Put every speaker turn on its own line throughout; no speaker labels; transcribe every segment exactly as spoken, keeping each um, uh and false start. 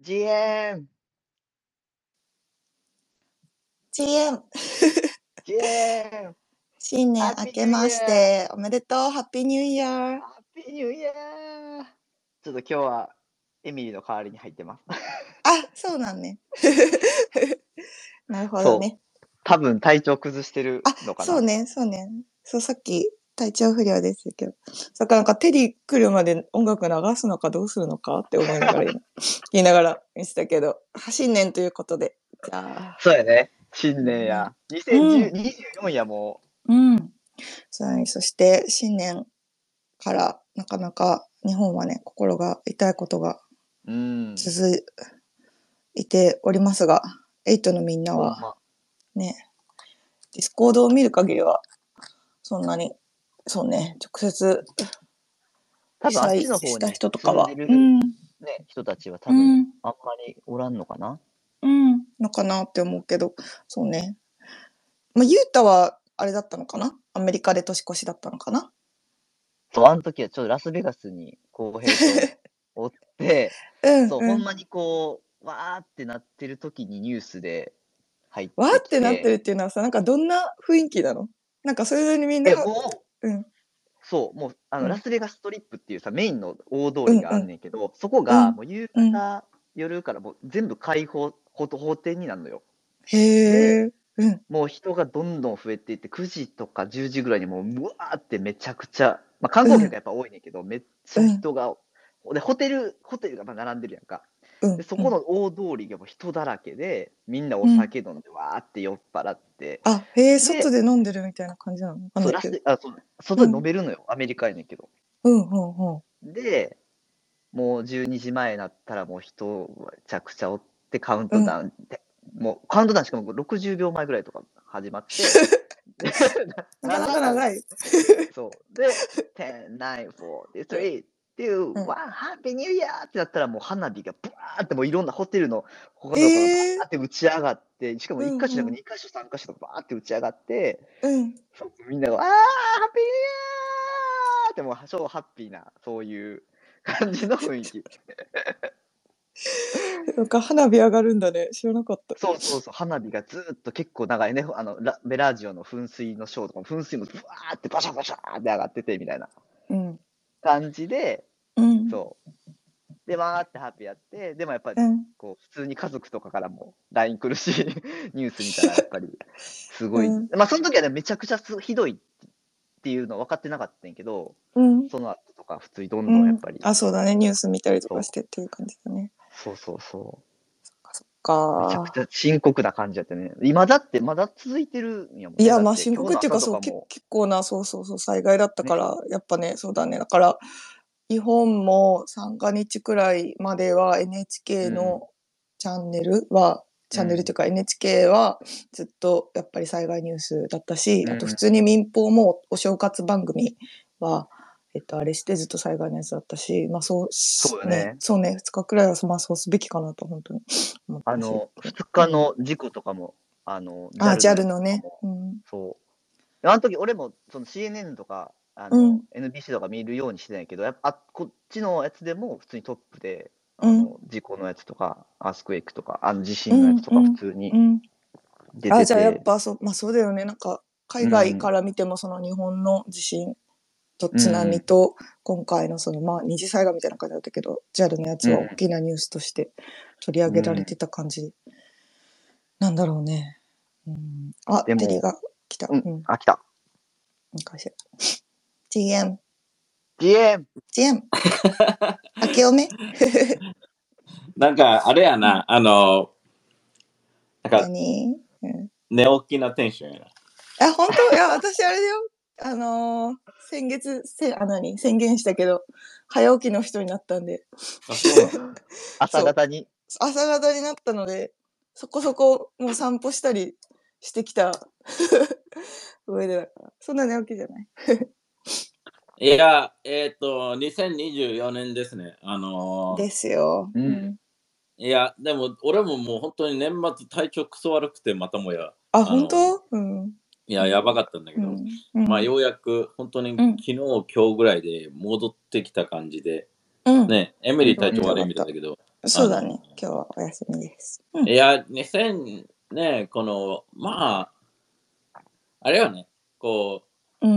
ジーエム
ジーエム
ジーエム
新年明けましておめでとう。ハッピーニューイヤー。
ハッピーニューイヤー。ちょっと今日はエミリーの代わりに入ってます。
あ、そうなんね。なるほどね。
多分体調崩してるのかな。
そうね、そうね。そう、さっき体調不良ですけど。そっかなんかテリー来るまで音楽流すのかどうするのかって思いながら今、言いながら見てたけど、新年ということで。じゃあ。
そうやね。新年や。にせんにじゅうよんやも
う。うん。そうね。そして新年からなかなか日本はね、心が痛いことが続いておりますが、エイトのみんなはね、ディスコードを見る限りはそんなに、そうね、直接
多分あっちの方に住んでる、ね、人たちは多分あんまりおらんのかな、
うん、うん、のかなって思うけど、そうね。まあ、ユータはあれだったのかな、アメリカで年越しだったのかな。
そう、あの時はちょっとラスベガスに浩平とおって、うん、そう、ほんまにこう、わーってなってる時にニュースで入ってきて。
わーってなってるっていうのはさ、なんかどんな雰囲気なの？なんかそれぞれにみんな、
え、もう、うん、そう、もう、あの、うん、ラスベガスストリップっていうさ、メインの大通りがあんねんけど、うんうん、そこがもう夕方、うん、夜からもう全部開放、閉店になるのよ。
へー。うん、
もう人がどんどん増えていって、くじとかじゅうじぐらいにもう、うわーってめちゃくちゃ、まあ、観光客やっぱ多いねんけど、うん、めっちゃ人が、うん、で、ホテル、ホテルがまあ並んでるやんか。うん、でそこの大通りがもう人だらけで、みんなお酒飲んで、わーって酔っ払って。
あ、へえ、外で飲んでるみたいな感じなの？
そう、ラス、あ、そう、外で飲めるのよ。うん、アメリカやねんけど。
うん、うん、うん。
で、もうじゅうにじまえになったらもう人めちゃくちゃおってカウントダウンで、うん、もうカウントダウンしかもろくじゅうびょうまえぐらいとか始まって、
なかなか長い。
そう。で、じゅう、きゅう、よん、さん、に、に、ワン、ハッピーニューイヤーってなったらもう花火がブワーってもういろんなホテルの他のところがバーって打ち上がって、しかもいっかしょじゃなくにかしょさんかしょとかバーって打ち上がって、
うん、
そうみんなが、あー、ハッピーニューイヤーってもう超ハッピーな、そういう感じの雰囲気。
なんか花火上がるんだね。知らなかった。
そうそうそう、花火がずっと結構長いね。あの、ラベラージオの噴水のショーとかも噴水もブワーってバシャバシャーって上がっててみたいな感じで、
うん、
そう。で、わーってハッピーやって、でもやっぱり、こう、普通に家族とかからも ライン 来るし、ニュース見たらやっぱり、すごい、うん、まあその時はね、めちゃくちゃひどいっていうの分かってなかったんやけど、うん、その後とか普通にどんどんやっぱり。
うん、あ、そうだね、ニュース見たりとかしてっていう感じだね。
そうそうそう。
そっかそっか。
めちゃくちゃ深刻な感じだったね。今だってまだ続いてるんやもんね。
いや、まあ深刻っていうか、そう、結構な、そうそうそう、災害だったから、ね、やっぱね、そうだね。だから、日本もさんがつくらいまでは エヌエイチケー のチャンネルは、うん、チャンネルっていうか エヌエイチケー はずっとやっぱり災害ニュースだったし、うん、あと普通に民放もお正月番組は、えっと、あれしてずっと災害のやつだったし、まあそう、
そうね。
ね、そうね、ふつかくらいはまあそうすべきかなと本当に思ったし。
あの、ふつかの事故とかも、うん、あの、
あ、ジャル のね。
うん、そう。あの時俺もその シーエヌエヌ とか、あの、うん、エヌビーシー とか見るようにしてないけど、やっぱこっちのやつでも普通にトップで、あの、うん、事故のやつとか、アースクエイクとか、あの地震のやつとか普通に出てて、うんうん、
あ、じゃあやっぱそう、まあそうだよね。なんか海外から見てもその日本の地震と津波と今回のそのまあ二次災害みたいな感じだったけど、ジャル のやつは大きなニュースとして取り上げられてた感じなんだろうね。うん、あ、テリーが来た。
うん、あ、来た。
ジーエム。
ジーエム。
ジーエム。明けおめ
なんか、あれやな、あの、
なんか、何、
うん、寝起きなテンションやな。
あ、本当？いや、私あれだよ。あのー、先月、せ、あ、何宣言したけど、早起きの人になったんで。
あ、そうなの朝方に
朝方になったので、そこそこもう散歩したりしてきた上でだから、そんな寝起きじゃない
いや、えっ、ー、と、にせんにじゅうよねんですね。あのー、
ですよ。うん。
いや、でも、俺ももう本当に年末体調くそ悪くて、またもや。
あ、あ本当？うん。
いや、やばかったんだけど、うんうん、まあ、ようやく、本当に昨日、うん、今日ぐらいで戻ってきた感じで、うん、ね、エミリー体調悪いみたいだけど、
そうだね。今日はお休みです。
うん、いや、にせんね、この、まあ、あれはね、こ
う、うん。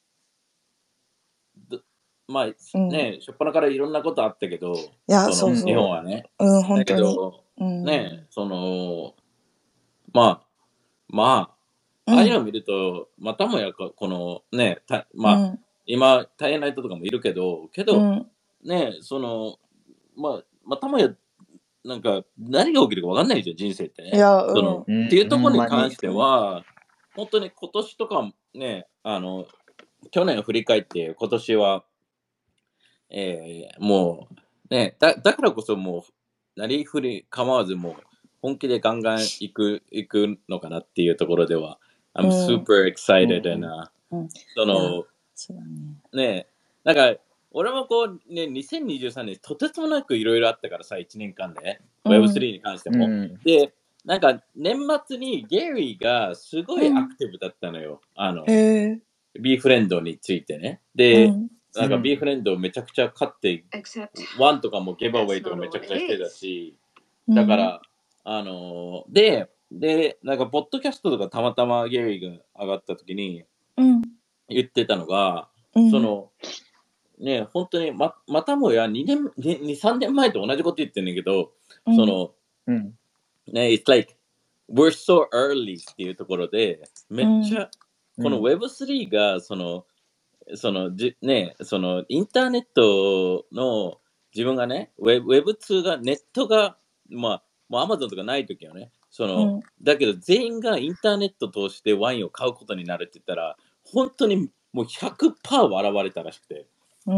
まあね、うん、しょっぱなからいろんなことあったけど、
いや、そうそう。
日本はね。
うん、本当に。
だけど、うん、ね、その、まあ、まあ、ああいうのを見ると、またもやこのね、たまあ、うん、今、大変な人とかもいるけど、けど、うん、ね、その、まあ、またもや、なんか、何が起きるか分かんないじゃん、人生ってね。
いや、
その、うん、っていうところに関しては、本当に今年とかね、あの、去年を振り返って、今年は、えー、もう、ね、だだからこそもう、なりふり構わずもう、本気でガンガン行く、行くのかなっていうところでは、I'm super excited、うん、and、うん、その、そうだね。ね、なんか、俺もこう、ね、にせんにじゅうさんねん、とてつもなくいろいろあったからさ、いちねんかんで、うん、ウェブスリー に関しても。うん、で、なんか、年末にゲリーがすごいアクティブだったのよ。うん、あの、B フレンドについてね。で、うん、なんか B フレンドをめちゃくちゃ買って、ワンとかもギブアウェイとかめちゃくちゃしてたし、だから、うん、あのー、で、で、なんか、ポッドキャストとかたまたまゲリーが上がった時に、言ってたのが、うん、その、ね、本当にま、またもやにねん、に、さんねんまえと同じこと言ってんねんけど、うん、その、うん、ね、it's like, we're so early っていうところで、めっちゃ、うん、この ウェブスリー が、その、そのじね、そのインターネットの自分がね、ウェブ、ウェブツー がネットが、まあ、もう Amazon とかないときはね、その、うん、だけど全員がインターネット通してワインを買うことになるって言ったら、本当にもう ひゃくパーセント 笑われたらしくて。うん、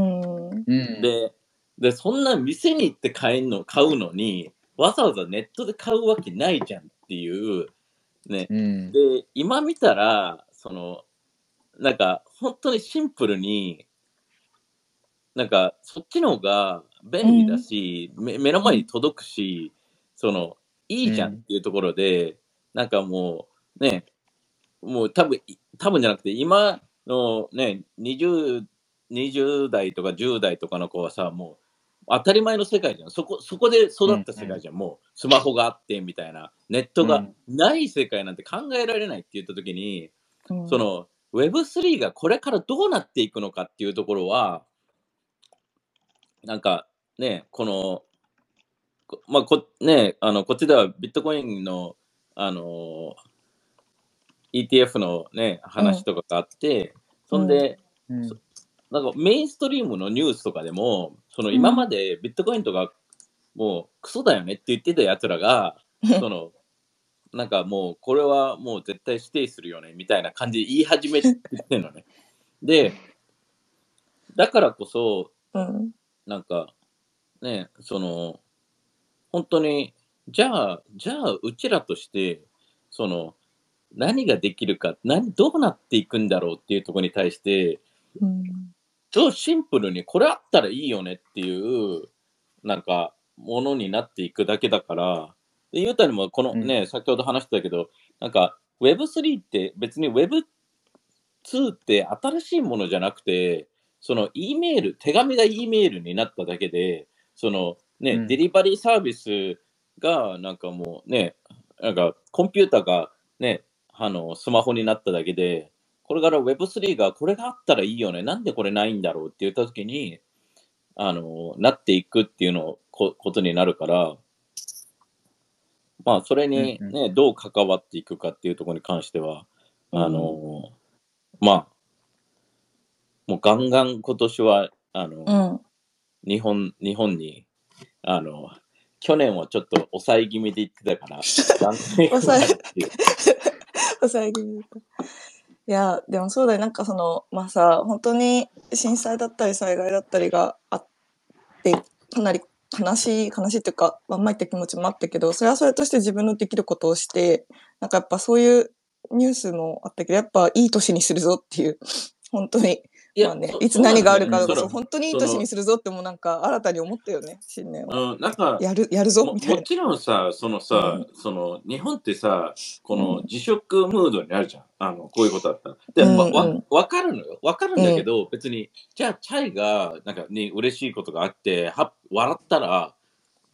で、で、そんな店に行って買えんの、買うのに、わざわざネットで買うわけないじゃんっていう、ね。うん、で、今見たら、その、なんか、本当にシンプルに、なんか、そっちの方が便利だし、うん、目, 目の前に届くし、その、いいじゃんっていうところで、うん、なんかもう、ね、もう多分、多分じゃなくて、今のね、にじゅう、にじゅう代とかじゅう代とかの子はさ、もう、当たり前の世界じゃん。そこ、そこで育った世界じゃん。うんうん、もう、スマホがあってみたいな、ネットがない世界なんて考えられないって言ったときに、うん、その、ウェブスリー がこれからどうなっていくのかっていうところは、なんかね、この、まあ、こ、ね、あの、こっちではビットコインの、あの、イーティーエフ のね、話とかがあって、うん、そんで、うん、なんかメインストリームのニュースとかでも、その今までビットコインとかもうクソだよねって言ってた奴らが、その、なんかもうこれはもう絶対指定するよねみたいな感じで言い始めてるのね。で、だからこそ、うん、なんかね、その本当にじゃあじゃあうちらとしてその何ができるか、何どうなっていくんだろうっていうところに対して、うん、超シンプルにこれあったらいいよねっていうなんかものになっていくだけだから。で、ゆうたにもこのね、うん、先ほど話してたけど、なんか ウェブスリー って別に ウェブツー って新しいものじゃなくて、その E メール、手紙が E メールになっただけで、そのね、うん、デリバリーサービスがなんかもうね、なんかコンピューターがね、あのスマホになっただけで、これから ウェブスリー がこれがあったらいいよね、なんでこれないんだろうって言ったときに、あのなっていくっていうのこことになるから、まあそれにね、うんうん、どう関わっていくかっていうところに関しては、あの、うん、まあもうガンガン今年はあの、うん、日本日本にあの去年はちょっと抑え気味で言ってたから、
抑え抑え気味だった。いやでもそうだよ、なんかそのまあさ、本当に震災だったり災害だったりがあってかなり悲しい悲しいっていうかまんまいった気持ちもあったけど、それはそれとして自分のできることをして、なんかやっぱそういうニュースもあったけど、やっぱいい年にするぞっていう本当に。いまあね、いつ何があるかこそ、本当にいい年にするぞってもなんか新たに思ったよね、新年は。
うん、なんか
やるやるぞみたいな。
も, もちろんさ、そのさ、うん、その日本ってさ、この自粛ムードにあるじゃん。あのこういうことだったら。で、うんうん、わわかるのよ。わかるんだけど、うん、別にじゃあチャイがなんかね嬉しいことがあっては笑ったら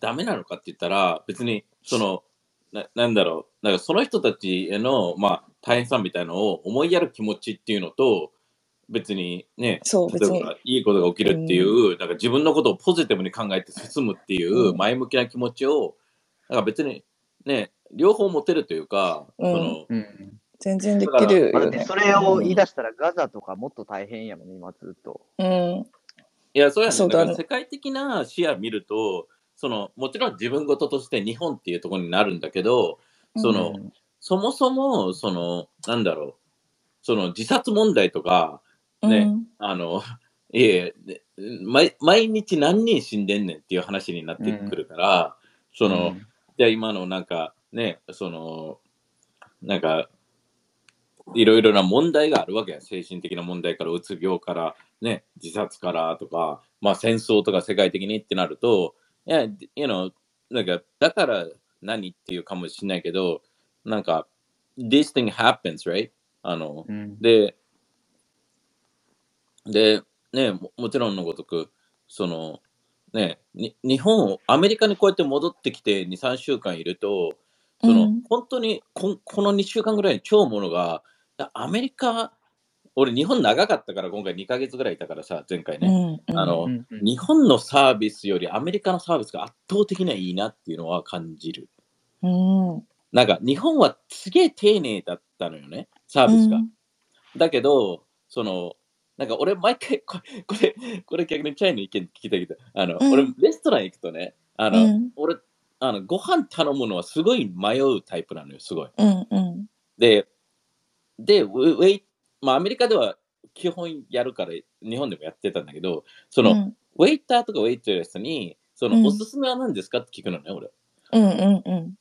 ダメなのかって言ったら、別に、その、ななんだろう、なんかその人たちへの、まあ、大変さみたいのを思いやる気持ちっていうのと、別にね、
そう、
例え
別に。
ばいいことが起きるっていう、
うん。
なんか自分のことをポジティブに考えて進むっていう
うん。
前向きな気持ちを、なんか別にね、両方持てるというか、
うん。
その、
うん。
全然で
だから、
きる
まあ、だ
よね。
ってそれを言い
うん。
出したらガザとかもっと大変やもんね、今ずっと。
うん。
いや、そうやね。
そうだね。
だから世界的な視野見ると、その、もちろん自分事として日本っていうところになるんだけど、その、
うん。
そもそも、その、なんだろう、その自殺問題とか、ね、
うん。
あの、いえね毎毎日何人死んでんねんっていう話になっ
うん。
てくるから、そうの、
ん。
じゃあ今のなんか、ね、その、なんか、いろいろな問題があるわけや。精神的な問題から、うつ病から、ね、自殺からとか、まあ戦争とか世界的にってなると、いや、you know、なんか、だから何っていうかもしれないけど、なんか、this thing happens, right? あの、
うん。
で、で、ね、ももちろんのごとく、その、ね、に日本を、アメリカにこうやって戻ってきてに、さんしゅうかんいると、その、
うん。
本当にこんこのにしゅうかんぐらいに超思うのが、あアメリカ、俺日本長かったから今回にかげつぐらいいたからさ、前回
う
ね。
ん。う。
あの、
うん。うん。
日本のサービスよりアメリカのサービスが圧倒的にはいいなっていうのは感じる。
うん。
なんか日本はすげえ丁寧だったのよね、サー
う
ビスが。
ん。
だけど、その、なんか俺毎回、これ、これ、これ逆にチャイの意見聞きたいけど、あの、俺
うん。
レストラン行くとね、あの、
うん。
俺、あの、ご飯頼むのはすごい迷うタイプなのよ、すごい。
うん。うん。
で、で、ウェウェイ、まあアメリカでは基本やるから、日本でもやってたんだけど、その、
うん。
ウェイターとかウェイトレスに、その、おすすめは何ですかって聞くのね、俺。
うん。うん。うん。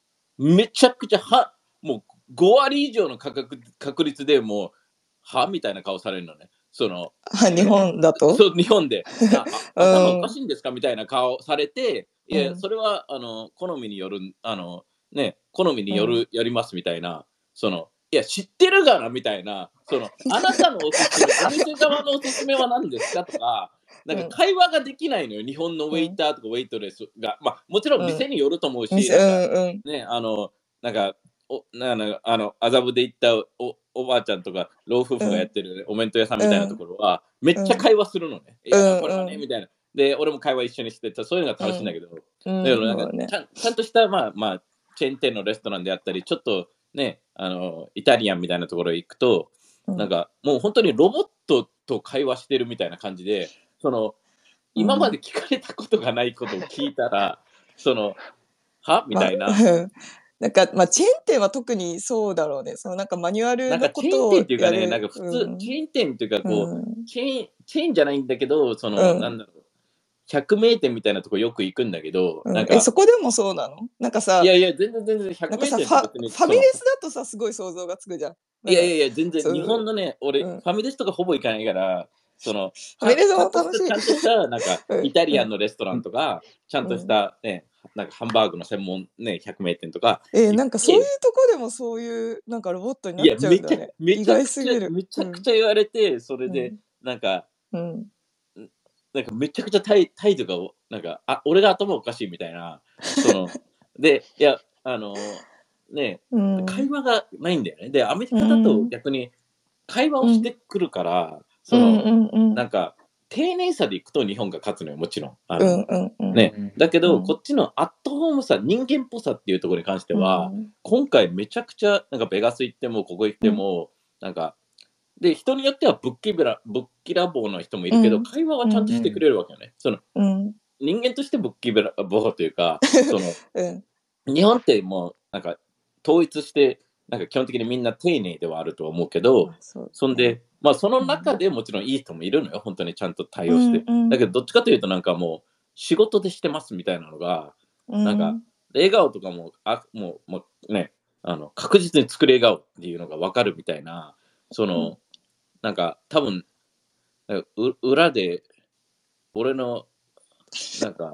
めちゃくちゃ、は、もうご割以上の価格確率でもう、はみたいな顔されるのね。その、
あ、日
ね、
本だと
そう、日本で、ああ頭お
うん。
かしいんですかみたいな顔されて、いうや、
ん。
それは、あの、好みによる、あの、ね、好みによ
うん。
る、やりますみたいな、その、いや、知ってるがなみたいな、その、あなたのおすすめ、お店側のおすすめは何ですかとか、なんか
うん。
会話ができないのよ、日本のウ
うん。
ェイターとかウェイトレスが。まあ、もちろん
うん。
店によると思うし、
店
なんか、
うん。うん。
ね、あの、なんか、おななあの、麻布で行ったおおばあちゃんとか、老夫婦がや
うん。
ってるお弁当屋さんみたいなと
うん。
ころは、めっ
うん。
ちゃ会話するのね。い
う
や、これはね、
ん。
みたいな。で、俺も会話一緒にしてて、そういうのが
うん。
楽しいんだけど、だ
うん。
けどなんか、
そうだね。
ちゃんちゃんとした、まあまあ、チェーン店のレストランであったり、ちょっとね、あの、イタリアンみたいなところへ行くと、
うん。
なんか、もう本当にロボットと会話してるみたいな感じで、その、
う
今まで
ん。
聞かれたことがないことを聞いたら、その、はみ
ま、
たいな。
うん。なんか、ま、チェーン店は特にそうだろうね。そのなんかマニュアル
なんかチェーン
のことを
店っていうかね、なん
やる
か普通、チ
うん。
ェーン店っていうかこう、
うん。
チェーンチェーンじゃないんだけど、その、な
うん。
んだろう、百名店みたいなとこよく行くんだけど、
うん。え、
なんか、
そこでもそうなの？なんかさ
いやいや、全然全然百
なんかさ、
名店っ
ファフ
て別にその、
ァミレスだとさ、すごい想像がつくじゃん。なんか、
いやいやいや、全然日本
そう
のね、俺、
うん。
ファミレスとかほぼ行かないから、その、ちゃん
ファミレス
ちゃんとした
も楽しい。
ちゃんとした、なんか、
うん、
イタリアン
うん、
のレストランとか、ちゃんとし
うん。
たね、なんかハンバーグの専門ね、百名店とか
え、
行っ
なんかそういう
て、
とこでもそういう、なんかロボットになっ
いや、めちゃ
ちゃうんだね。意
めちゃくちゃ
外すぎる。
めちゃく
うん、
ちゃ言われて、それで、
うん、
なんか、
うん、
ん、なんかめちゃくちゃ態態度がおなんか、あ、俺が頭おかしいみたいな、その、で、いや、あの、ね、
うん、
会話がないんだよね。で、アメリ
う
カだと
ん、
逆に会話をし
うん、
てくるから、
うん、
その、
うん、うん、
なんか、丁寧さでいくと日本が勝つのよ、もちろん。あ
うん、
の、
うん、うん、
ね。
うん。
だけど、こ
うん、
っちのアットホームさ、人間っぽさっていうところに関して
う
は、
ん、
今回めちゃくちゃ、なんかベガス行っても、ここ行っても、なんか、で、人によってはぶっきびらぶっきらぼうの人もいるけど、
うん、
会話は
うん、
ちゃんとしてくれるわけよね。その、
うん、
人間としてぶっきびらぼうというか、その、
うん、
日本ってもう、なんか、統一して、なんか基本的にみんな丁寧ではあるとは思うけど、
まあ、そうね。
そんで、まあその
うん、
中でもちろんいい人もいるのよ、本当にちゃんと対
うん、
応して。
うん、
だけどどっちかというとなんかもう、仕事でしてますみたいなのが、
う
なんか、
ん、
笑顔とかも、あもう、もうね、あの、確実に作る笑顔っていうのが分かるみたいな、そ
うん、
の、なんか多分、う裏で、俺の、なんか、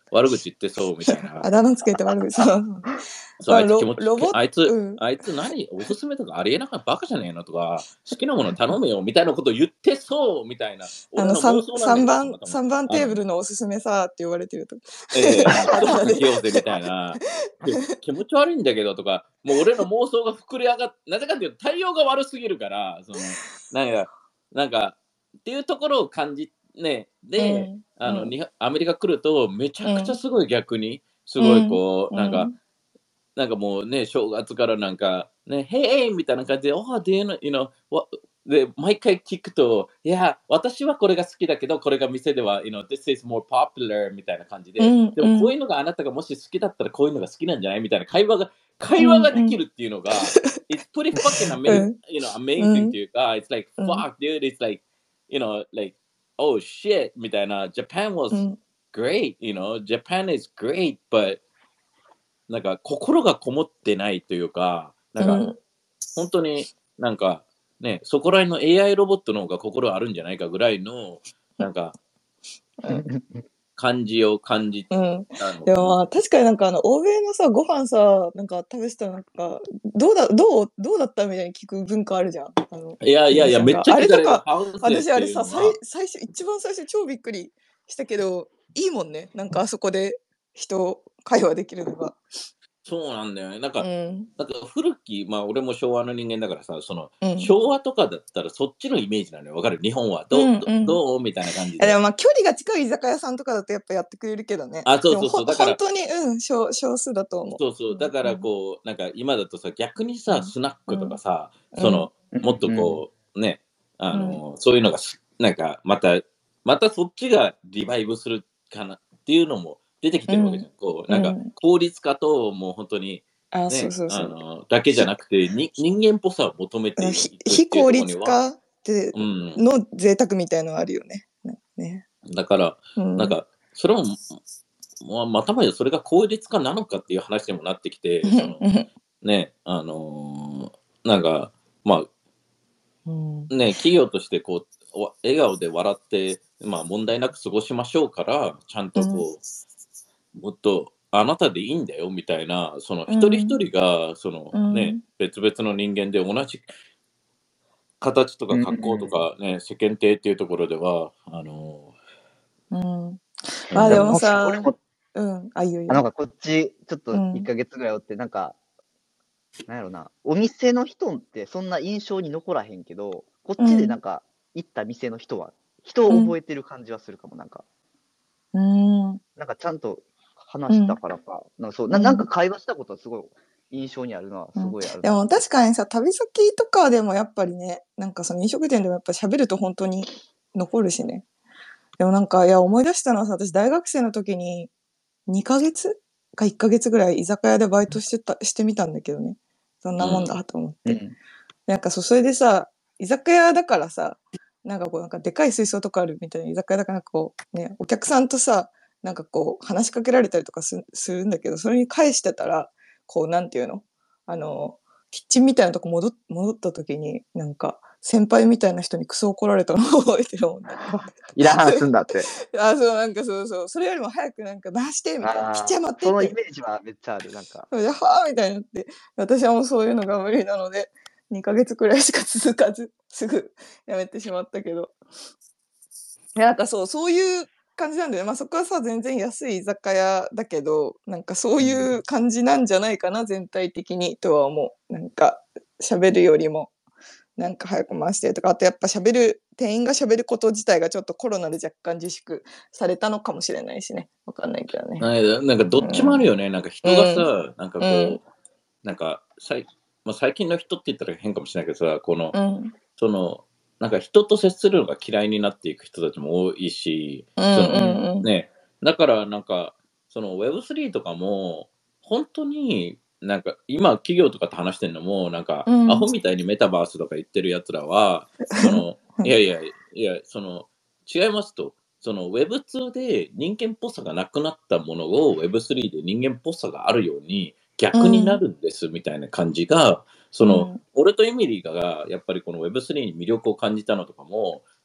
悪口言ってそうみたいな。
あだ名つけて悪口。そう。
そう、あいつ
ロ
気持ち
ロボ
あいつ、
うん。
あいつ何おすすめとかありえなかったバカじゃねえのとか、好きなもの頼めよみたいなこと言ってそうみたいな。
あ
俺
の、三
の妄想なんだ
三
けど、た
番、
またま。
三番
あの、
テーブルのおすすめさって言われてると。
ええあの、
あだ名で。
一服着ようぜみたいな。で気持ち悪いんだけどとか、もう俺の妄想が膨れ上がっなぜかっていうと対応が悪すぎるから、その、なんか、なんか、っていうところを感じ、ね、
う
で、
ん。
あの、
うん。
にアメリカ来ると、めちゃくちゃ
うん。
すごい逆に、すごい
うん。
こう、
う
なんか、
ん。
なんかもうね、正月からなんか、ね、へいみたいな感じで、おー、で、you know, what- で、毎回聞くと、いや、私はこれが好きだけど、これが店では、you know, this is more popular みたいな感じ
う
で、
ん。
でもこう
うん。
いうのがあなたがもし好きだったらこういうのが好きなんじゃないみたいな会話が、
う
会話
ん。うん。
ができるっていうのが、it's pretty fucking
う
amazing,
ん。
you know,
う
amazing っ
ん。
ていうか、it's like,
うん。
fuck, dude, it's like, you know, like, oh shit みたいな、Japan
う
was
ん。
great, you know, Japan is great, but なんか心がこもってないというか、なか
うんん。
本当になんかね、そこら辺の エーアイ ロボットの方が心あるんじゃないかぐらいのなんか
うん。
感じを感じ
うん。
たの
でも
かな。
まあ、確かになんかあの、欧米のさ、ご飯さ、なんか食べてたらなんか、どうだ、どう、どうだったみたいに聞く文化あるじゃん。あの、
いやいやいや、めっ
店員さんが。
ちゃ聞かれる。
あれとか、
ハウスでって
私あれさ、最、
いうのは、
最初、一番最初超びっくりしたけど、いいもんね。なんかあそこで人、会話できるのが。
そうなんだよね。なん
う
か、
ん。
なんか古き、まあ俺も昭和の人間だからさ、その
うん。
昭和とかだったらそっちのイメージなのよ。わかる日本は。
う
どう、ど
んうん。
どうみたいな感じ
え、でも
で。
まあ、距離が近い居酒屋さんとかだとやっぱやってくれるけどね。
あ、そ
でもほ、
うそうそう。だから、
本当に、うん、少、少数だと思
そうそう。
う。うん。
だから
うん。
こう、なんか今だとさ、逆にさ、
うん。
スナックとか
うん。
さ、
うん。
その、もっと
うん。
こう、ね、あ
うん。
の、そういうのがす、なんか、また、またそっちがリバイブするかなっていうのも出てき
う
てるわけじゃん。
ん。
こう、
う
なんか、
ん。
効率化と、もう本当に、
あ、そう
ね、
そうそう。
あの、だけじゃ
ひ、
なくて、に、人間っぽさを求めて
あのひ
いくっていう
非効
ところには、
率化って
うん。
の贅沢みたいのはあるよね。なんかね。
だから、
うん。
なんか、それも、まあ、またまでそれが効率化なのかっていう話にもなってき
う
て、
ん。
その、
うん
ね、あのーなんか、まあ、
うん。
ね、企業としてこう、わ笑顔で笑って、まあ問題なく過ごしましょうから、ちゃん
うん。
とこう、もっとあなたでいいんだよみたいな、その
う
一人一
ん。
人が、その
う
ね、
ん。
別々の人間で同じ形とか
うん。
格好とかね、世間体っていうところでは、あの
うん。
ー
まあでも
なんだろうな。
確かに俺
さ、
も、
うん。あ、いいよいい
あ、なん
よ。
かこっち、ちょっ
う
と1
ん。
ヶ月ぐらいおって、なんか、なんやろな、お店の人ってそんな印象に残らへんけど、こ
う
っちで
ん。
なんか、行った店の人は、人
うん。
を覚えてる感じはするかも、なんか。
うん。
なんかちゃんと
う
話した
ん。
からか、なんかそう、
う
ななんか
ん。
会話したことはすごい印象にあるのは
うん。
すごいある
でも
なって。
確かにさ、旅先とかでもやっぱりね、なんかその飲食店でもやっぱ喋ると本当に残るしね。でもなんか、いや、思い出したのはさ、私大学生の時ににかげつかいっかげつぐらい居酒屋でバイトしてた、してみたんだけどね。そん
う
なもん
ん。
だと思っ
う
て。
ん。
なんかそう、それでさ、居酒屋だからさ、なんかこう、なんかでかい水槽とかあるみたいな居酒屋だからこう、ね、お客さんとさ、なんかこう、話しかけられたりとかすするんだけど、それに返してたら、こう、なんていうのあの、キッチンみたいなとこ戻っ戻った時に、なんか、先輩みたいな人にクソ怒られたのを覚えてるもんね。
いらん話すんだって。
あ、そう、なんかそうそう。それよりも早くなんか出してみたいな。ピッチャー
ああ、
待ってって。
そのイメージはめっちゃある、なんか。
それで、はぁみたいになって。私はもうそういうのが無理なので、にかげつくらいしか続かず、すぐやめてしまったけど。いや、なんかそう、そういう感じなんだよね。まあそこはさ、全然安い居酒屋だけど、なんかそう
う。
いうん感じなんじゃないかな、全体的にとは思う。なんか、喋るよりも、なんか早く回してとか、あとやっぱ喋る、店員が喋ること自体がちょっとコロナで若干自粛されたのかもしれないしね。わかんないけどね。
なんなんかど
う
っちもある
ん。
よね。なんか
う
人が
ん。
さ、なんか
うん。
こう、なんかさい、まあ、最近の人って言ったら変かもしれないけどさ、この、
うん。
その、なんか人と接するのが嫌いになっていく人たちも多いし、
うん
その、
うんうん。
ね、だからなんか、その ウェブスリー とかも、本当になんか今企業とかと話してるのも、なんか
うん。
アホみたいにメタバースとか言ってるやつらは、その、いやいやいや、その、違いますと。その ウェブツー で人間っぽさがなくなったものを ウェブスリー で人間っぽさがあるように
う
逆にな
ん。
るんですみたいな感じが、そうの、
ん。
俺とエミリーがやっぱりこの ウェブスリー に魅力を感じたのとかも、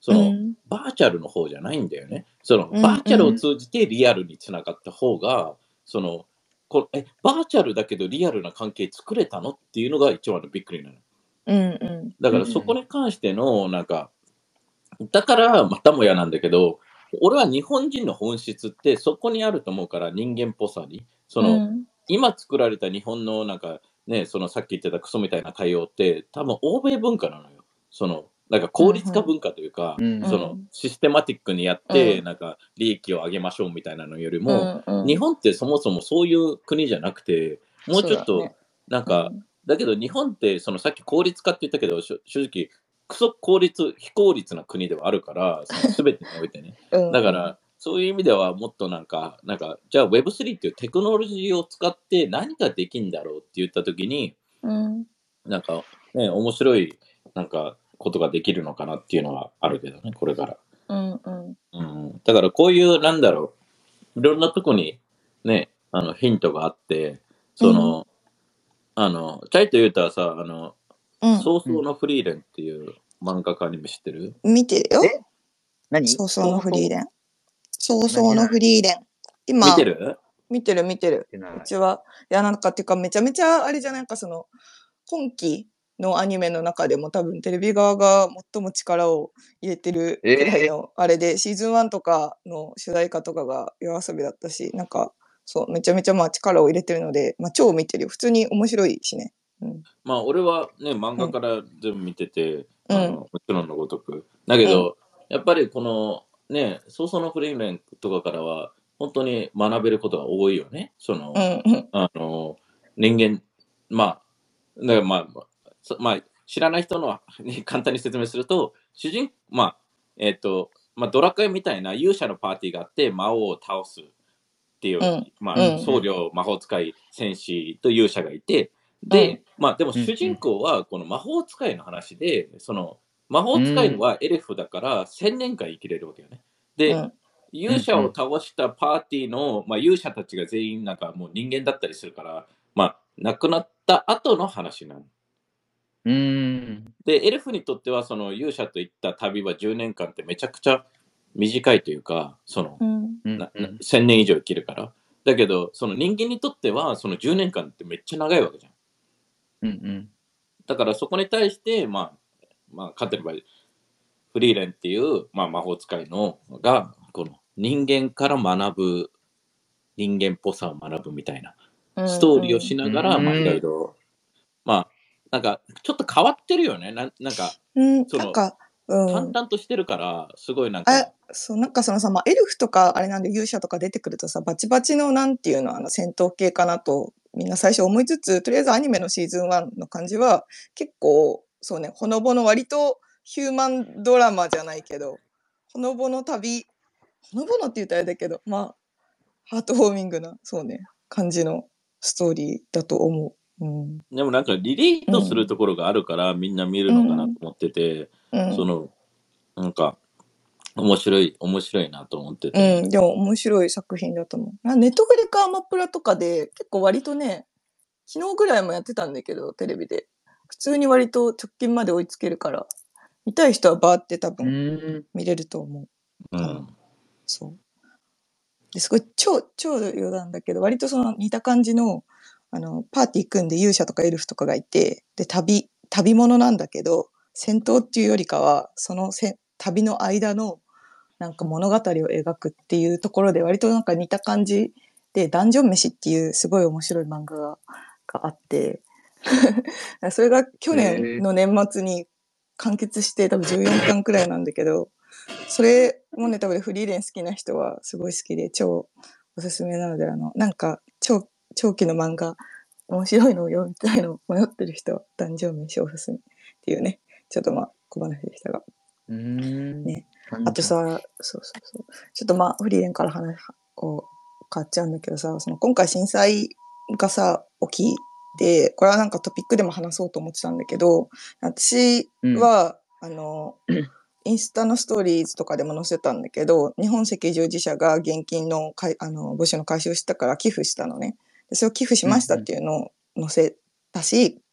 その、うん、バーチャルの方じゃないんだよね。そのバーチャルを通じてリアルにつながった方が、うん、そのこえバーチャルだけどリアルな関係作れたのっていうのが一番のびっくりなの。
うんうん、
だからそこに関してのなんか、だからまたもやなんだけど、俺は日本人の本質ってそこにあると思うから、人間っぽさにその、うん、今作られた日本のなんかね、そのさっき言ってたクソみたいな対応って多分欧米文化なのよ。そのなんか効率化文化というか、うんうん、そのシステマティックにやって、うん、なんか利益を上げましょうみたいなのよりも、うんうん、日本ってそもそもそういう国じゃなくて、もうちょっと、ね、なんか、うん、だけど日本ってそのさっき効率化って言ったけど、正直クソ効率非効率な国ではあるから、その全てにおいてね。うん、だからそういう意味ではもっとなんかなんかじゃあ ウェブスリー っていうテクノロジーを使って何ができるんだろうって言った時に、うん、なんかね面白いなんかことができるのかなっていうのはあるけどね、これから。うんうんうん、だからこういうなんだろう、いろんなとこにねあのヒントがあって、その、うん、あのチャイとユータはさ、あの、うん、早々のフリーレンっていう漫画家アニメ知ってる？
見てるよ。
え何？
早々のフリーレン。早々のフリーレン。今
見てる？
見てる見てる。うちは。いやなんかっていうかめちゃめちゃあれじゃないか、その今期のアニメの中でも多分テレビ側が最も力を入れてるくらいのあれで、えー、シーズンワンとかの主題歌とかがYOASOBIだったし、なんかそうめちゃめちゃまあ力を入れてるので、まあ、超見てるよ。普通に面白いしね。うん、
まあ俺はね漫画から全部見てて、うん、あのもちろんのごとくだけど、うん、やっぱりこのね早々のフリーレンとかからは本当に学べることが多いよね。その、うん、あの人間まあだからまあまあ、知らない人の簡単に説明すると、主人まあえっ、ー、とまあドラクエみたいな勇者のパーティーがあって魔王を倒すっていう、うん、まあ、うん、僧侶魔法使い戦士と勇者がいて、で、うん、まあでも主人公はこの魔法使いの話で、その魔法使いはエルフだからせんねんかん生きれるわけよね。で、うん、勇者を倒したパーティーの、まあ、勇者たちが全員なんかもう人間だったりするから、まあ亡くなった後の話なの。
うーん
でエルフにとってはその勇者といった旅はじゅうねんかんってめちゃくちゃ短いというか、その、うん、ななせんねん以上生きるから。だけどその人間にとってはそのじゅうねんかんってめっちゃ長いわけじゃん。
うんうん、
だからそこに対してまあまあ勝ってればフリーレンっていう、まあ、魔法使いのがこの人間から学ぶ人間っぽさを学ぶみたいなストーリーをしながら、うんうん、まあいろいろまあなんかちょっと変わってるよね。ななんか、
うん、そのなんか、うん、
淡々としてるからすごいなんか
あそうなんかそのさ、まあ、エルフとかあれなんで勇者とか出てくるとさバチバチのなんていうのあの戦闘系かなとみんな最初思いつつ、とりあえずアニメのシーズンワンの感じは結構そうねほのぼの割とヒューマンドラマじゃないけどほのぼの旅ほのぼのって言ったらあれだけどまあハートウォーミングなそうね感じのストーリーだと思う。うん、
でもなんかリレートするところがあるから、うん、みんな見るのかなと思ってて、うん、そのなんか面白い面白いなと思ってて、
うん、でも面白い作品だと思う。ネットフリかアマプラとかで結構割とね昨日ぐらいもやってたんだけどテレビで普通に割と直近まで追いつけるから見たい人はバーって多分見れると思う。
うん、
そうですごい超超余談だけど割とその似た感じのあのパーティー組んで勇者とかエルフとかがいてで旅旅物なんだけど戦闘っていうよりかはそのせ旅の間のなんか物語を描くっていうところで割となんか似た感じでダンジョン飯っていうすごい面白い漫画ががあってそれが去年の年末に完結して多分じゅうよんかんくらいなんだけどそれもね多分フリーレン好きな人はすごい好きで超おすすめなのであのなんか超長期の漫画面白いのを読みたいの迷ってる人はダンジョン飯おすすめっていうねちょっとまあ小話でしたが
うーん
ねあとさそうそうそうちょっとまあフリーレンから話を変わっちゃうんだけどさその今回震災がさ起きてこれはなんかトピックでも話そうと思ってたんだけど私は、うん、あのインスタのストーリーズとかでも載せたんだけど日本赤十字社が現金のかいあの募集の回収したから寄付したのねでそれを寄付しましたっていうのを載せたし、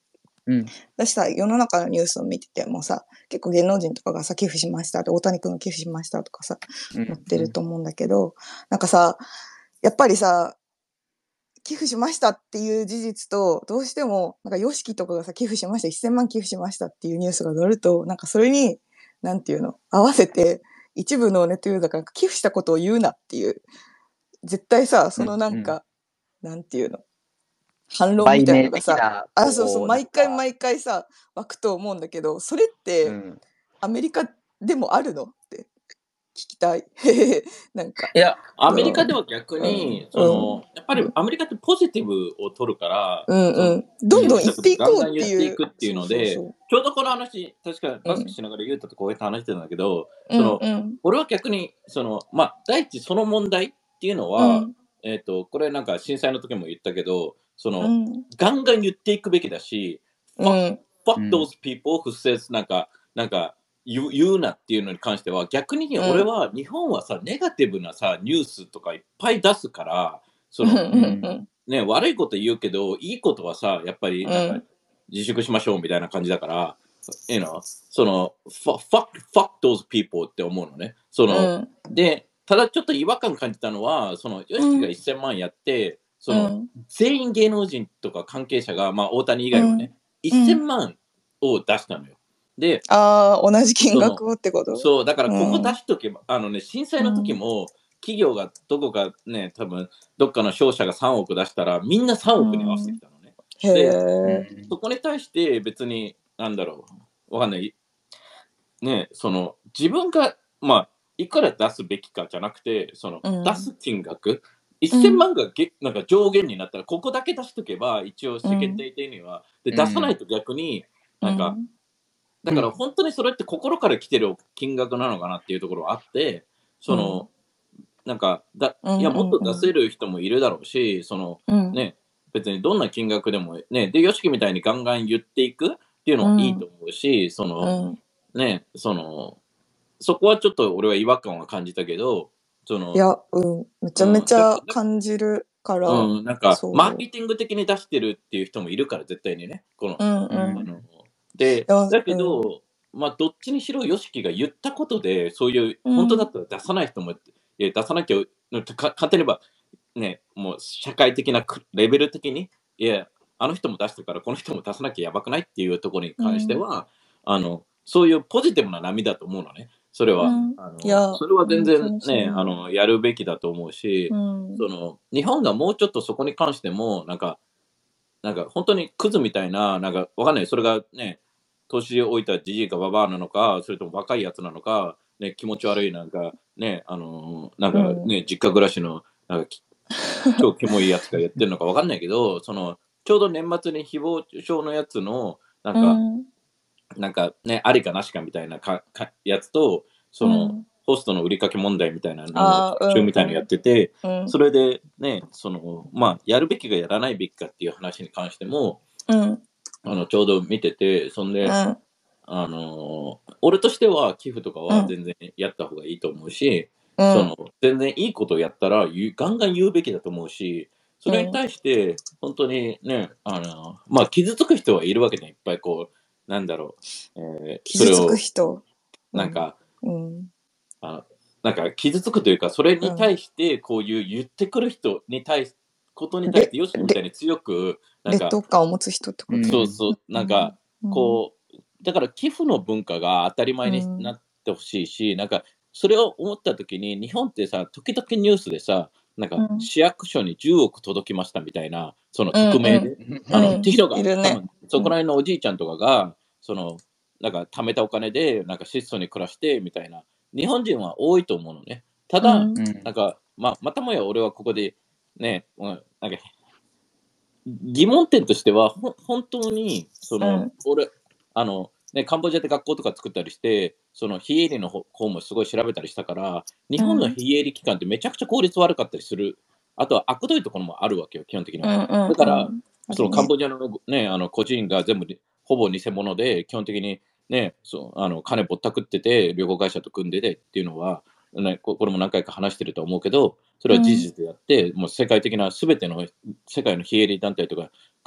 うん。
私さ、世の中のニュースを見ててもさ、結構芸能人とかがさ、寄付しましたって、大谷君が寄付しましたとかさ、
うん。
載ってると思うんだけど、なんかさ、やっぱりさ、寄付しましたっていう事実と、どうしても、なんか、ヨシキとかがさ、寄付しました、せんまん寄付しましたっていうニュースが載ると、なんかそれに、なんていうの、合わせて、一部のネットユーザーが寄付したことを言うなっていう、絶対さ、そのなんか、うん、なんていうの、反論みたいなのがさ、あ、そうそう、毎回毎回さ、湧くと思うんだけど、それって、うん、アメリカでもあるのって聞きたい。なんか。
いや、アメリカでは逆に、
うん、
その、うん、やっぱりアメリカってポジティブを取るから、
うんうん、どんどん言っていこうっていう。
ガンガン言っていくっていうので、ちょうどこの話、確かバスケしながら言うたとこうやって話してたんだけど、うん、その、うんうん、俺は逆に、その、まあ、第一その問題っていうのは、うん、えっと、これなんか震災の時も言ったけど、その、うん、ガンガン言っていくべきだし、うん、fuck, fuck those people who says なんか、なんか、言う、言うなっていうのに関しては、逆に俺は、日本はさ、ネガティブなさ、ニュースとかいっぱい出すから、その、うんね、悪いこと言うけど、いいことはさ、やっぱりなんか自粛しましょうみたいな感じだから、you know、その、fuck, fuck those people って思うのね。その、うん、で、ただちょっと違和感感じたのは、その、ヨシキがせんまんやって、その、うん、全員芸能人とか関係者が、まあ、大谷以外はね、うん、せんまんを出したのよ。で、
ああ、同じ金額をってこと？
そう、だからここ出しとけば、うん、あのね、震災の時も、企業がどこかね、多分どっかの商社がさんおく出したら、みんなさんおくに合わせてきたのね。
うん、で、
そこに対して別に、なんだろう、わかんない。ね、その、自分が、まあ、いくら出すべきかじゃなくて、その、うん、出す金額、せんまんがげ、なんか上限になったら、ここだけ出しとけば、一応世間体的には、うん、で、出さないと逆に、なんか、うんだから本当にそれって心から来てる金額なのかなっていうところはあって、その、うん、なんかだ、いや、もっと出せる人もいるだろうし、その、うん、ね、別にどんな金額でも、ね、で、ヨシキみたいにガンガン言っていくっていうのはいいと思うし、うん、その、うん、ね、その、そこはちょっと俺は違和感は感じたけど、その、
いや、うん、めちゃめちゃ感じるから、
うん、なんか、マーケティング的に出してるっていう人もいるから、絶対にね、この、
うんうん、
あので、だけど、うん、まあ、どっちにしろ、ヨシキが言ったことで、そういう、うん、本当だったら出さない人も、いや出さなきゃ、か簡単に言えば、ね、もう社会的なレベル的に、いや、あの人も出したから、この人も出さなきゃやばくないっていうところに関しては、うん、あの、そういうポジティブな波だと思うのね。それは。うん、あのいやそれは全然ね、あの、やるべきだと思うし、うん、その、日本がもうちょっとそこに関しても、なんか、なんか本当にクズみたいな、なんかわかんない。それがね、年老いたじじいかばばあなのか、それとも若いやつなのか、ね、気持ち悪いなんか、ね、あのー、なんかね、うん、実家暮らしの、なんか、超キモいやつがやってるのかわかんないけど、その、ちょうど年末に誹謗中傷のやつの、なんか、うん、なんかね、ありかなしかみたいなかかやつと、その、うんホストの売りかけ問題みたいなのを特集みたいなのやってて、うんうん、それでね、その、まあ、やるべきかやらないべきかっていう話に関しても、うん、あのちょうど見てて、そんで、うん、あの俺としては寄付とかは全然やった方がいいと思うし、うん、その全然いいことをやったらガンガン言うべきだと思うし、それに対して本当にね、あのまあ、傷つく人はいるわけで、いっぱいこう、なんだろう、えー、
傷つく人
なんか、
うんうん
あなんか傷つくというか、それに対してこういう言ってくる人に対し、ことに対してよしみたいに強く
なんか劣等感を持つ人ってこと、
そうそう、なんかこう、だから寄付の文化が当たり前になってほしいし、うん、なんかそれを思った時に、日本ってさ、時々ニュースでさ、なんか市役所にじゅうおく届きましたみたいな、その匿名で、うんうん、あの、うん、っていうのが、ね、多分そこら辺のおじいちゃんとかが、そのなんか貯めたお金でなんか質素に暮らしてみたいな。日本人は多いと思うのね。ただ、うん、なんか、まあ、またもや俺はここで、ね、なんか、疑問点としては、ほ本当に、その、うん、俺、あの、ね、カンボジアで学校とか作ったりして、その非営利の方もすごい調べたりしたから、日本の非営利機関ってめちゃくちゃ効率悪かったりする。あとは、悪どいところもあるわけよ、基本的には。うんうんうん、だから、そのカンボジアの、ね、あの個人が全部、ほぼ偽物で、基本的に、ね、そうあの金ぼったくってて、旅行会社と組んでてっていうのは、ね、これも何回か話してると思うけど、それは事実であって、うん、もう世界的なすべての世界の非営利団体とかが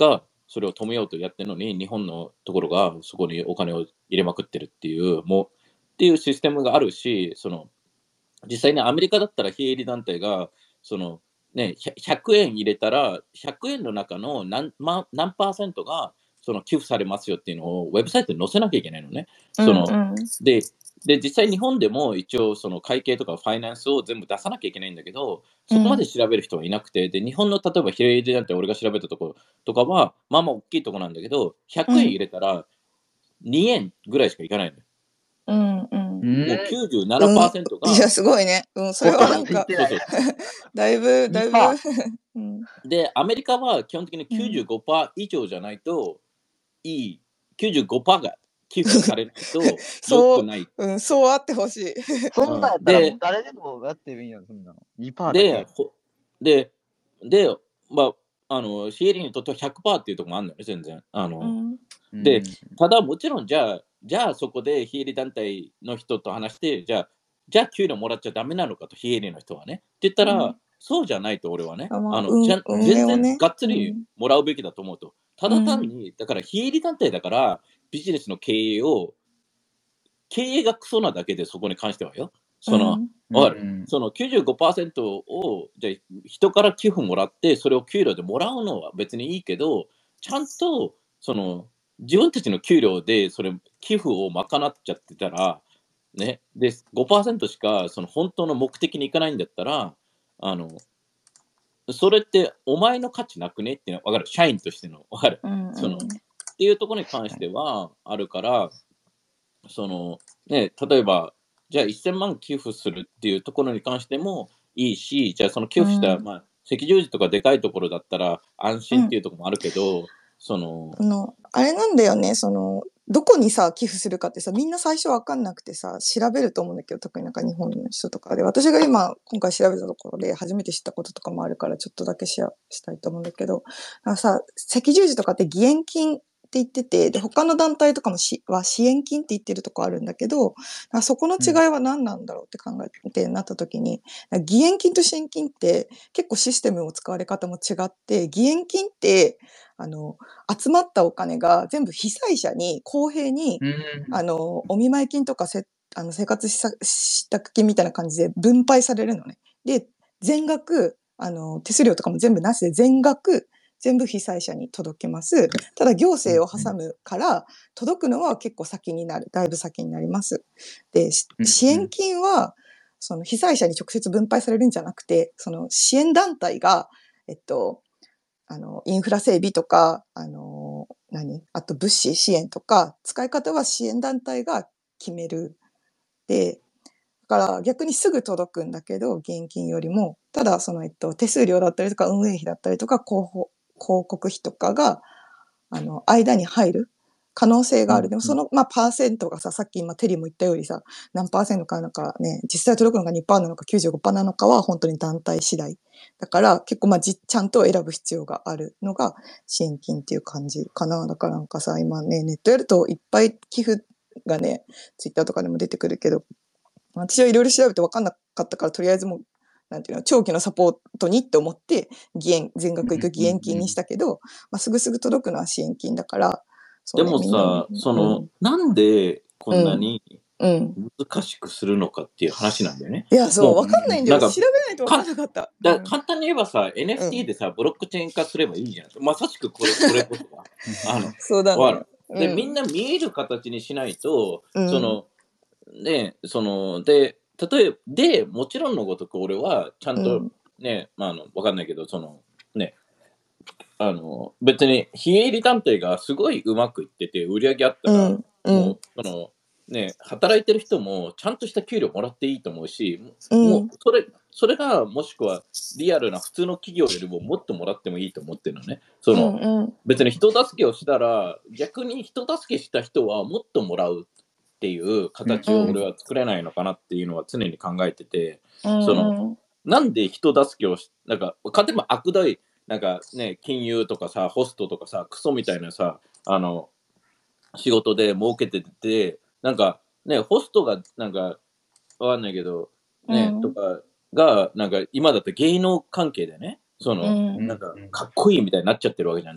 それを止めようとやってるのに、日本のところがそこにお金を入れまくってるっていう、もう、っていうシステムがあるし、その、実際にアメリカだったら非営利団体が、その、ね、ひゃくえん入れたら、ひゃくえんの中の何、ま、何パーセントが、その寄付されますよっていうのをウェブサイトに載せなきゃいけないのね。その、
うんうん、
で、で、実際日本でも一応その会計とかファイナンスを全部出さなきゃいけないんだけど、そこまで調べる人はいなくて、で、日本の例えば非営利団体俺が調べたところとかは、まあまあ大きいところなんだけど、ひゃくえん入れたらにえんぐらいしかいかないのよ。
うんうん。
もう きゅうじゅうななパーセント が、
うん、いや、すごいね。うん、それはなんか、
そうそう。
だいぶ、だいぶ、うん、
で、アメリカは基本的に きゅうじゅうごパーセント 以上じゃないといい、きゅうじゅうごパーセント が寄付されないと良くない。
うん、そうあってほしい。
そんなんやったらもう誰でもやってもいいやん、そんなの。にパーセントだけ。
で、で、で、まあ、あの、非営利にとっては ひゃくパーセント っていうところもあるのよね、全然。あの、うん、で、ただもちろん、じゃあ、じゃあそこで非営利団体の人と話して、じゃあ、じゃあ給料もらっちゃダメなのかと、非営利の人はね。って言ったら、うん、そうじゃないと俺はね、あの、うん、じゃ全然がっつりもらうべきだと思うと。ただ単に、だから非営利団体だから、ビジネスの経営を、経営がクソなだけでそこに関してはよ。その、わかる、その きゅうじゅうごパーセント を、じゃあ人から寄付もらって、それを給料でもらうのは別にいいけど、ちゃんと、その、自分たちの給料でそれ寄付を賄っちゃってたら、ね、で ごパーセント しかその本当の目的にいかないんだったら、あのそれってお前の価値なくねっていうのは分かる、社員としての分かる、うんうん、そのっていうところに関してはあるから、そのね、例えばじゃあせんまん寄付するっていうところに関してもいいし、じゃあその寄付した、うん、まあ、赤十字とかでかいところだったら安心っていうところもあるけど、うん、その
あのあれなんだよね、そのどこにさ寄付するかってさ、みんな最初分かんなくてさ調べると思うんだけど、特になんか日本の人とかで、私が今今回調べたところで初めて知ったこととかもあるから、ちょっとだけシェアしたいと思うんだけど、なんかさ、赤十字とかって義援金って言ってて、で他の団体とかもしは支援金って言ってるとこあるんだけど、そこの違いは何なんだろうって考えてなった時に、うん、義援金と支援金って結構システムを使われ方も違って、義援金ってあの集まったお金が全部被災者に公平に、うん、あのお見舞い金とかせあの生活支度金みたいな感じで分配されるのね。で、全額あの手数料とかも全部なしで全額全部被災者に届けます。ただ行政を挟むから届くのは結構先になる、だいぶ先になります。で、支援金はその被災者に直接分配されるんじゃなくて、その支援団体がえっとあのインフラ整備とか、あの何あと物資支援とか使い方は支援団体が決める。で、だから逆にすぐ届くんだけど、現金よりも、ただその、えっと、手数料だったりとか運営費だったりとか広報広告費とかがあの間に入る可能性がある。でもその、まあ、パーセントがさ、さっき今テリーも言ったようにさ、何パーセントかなんかね、実際届くのが にパーセント なのか きゅうじゅうごパーセント なのかは本当に団体次第だから、結構まあじちゃんと選ぶ必要があるのが支援金っていう感じかな。だからなんかさ、今ね、ネットやるといっぱい寄付がね、ツイッターとかでも出てくるけど、私はいろいろ調べて分かんなかったから、とりあえずもうなんていうの、長期のサポートにって思って義援全額いく義援金にしたけど、まあ、すぐすぐ届くのは支援金だから、
そうね、でもさ、その、うん、なんでこんなに難しくするのかっていう話なんだよね。
うんうん、いや、そう、分かんないんだよ。調べないと分かんなかった。
だ簡単に言えばさ、エヌエフティー でさ、ブロックチェーン化すればいいじゃん。まさしくこれ、これこそが。あの、
そうだね。
で、うん、みんな見える形にしないと、うん、その、ね、その、で、例えば、で、もちろんのごとく俺は、ちゃんとね、うん、まあ、あの、わかんないけど、その、ね、あの、別に非営利団体がすごいうまくいってて、売り上げあったら、うん、もう、その、ね、働いてる人もちゃんとした給料もらっていいと思うし、うん、もう、それ、それが、もしくは、リアルな普通の企業よりももっともらってもいいと思ってるのね。その、うんうん、別に人助けをしたら、逆に人助けした人はもっともらうっていう形を俺は作れないのかなっていうのは常に考えてて、うんうん、その、なんで人助けをし、なんか、例えば悪どい、なんかね、金融とかさ、ホストとかさ、クソみたいなさ、あの、仕事で儲けてて、なんかね、ホストがなんか、わかんないけど、ね、うん、とかが、なんか今だって芸能関係でね、その、うん、なんかかっこいいみたいになっちゃってるわけじゃんね。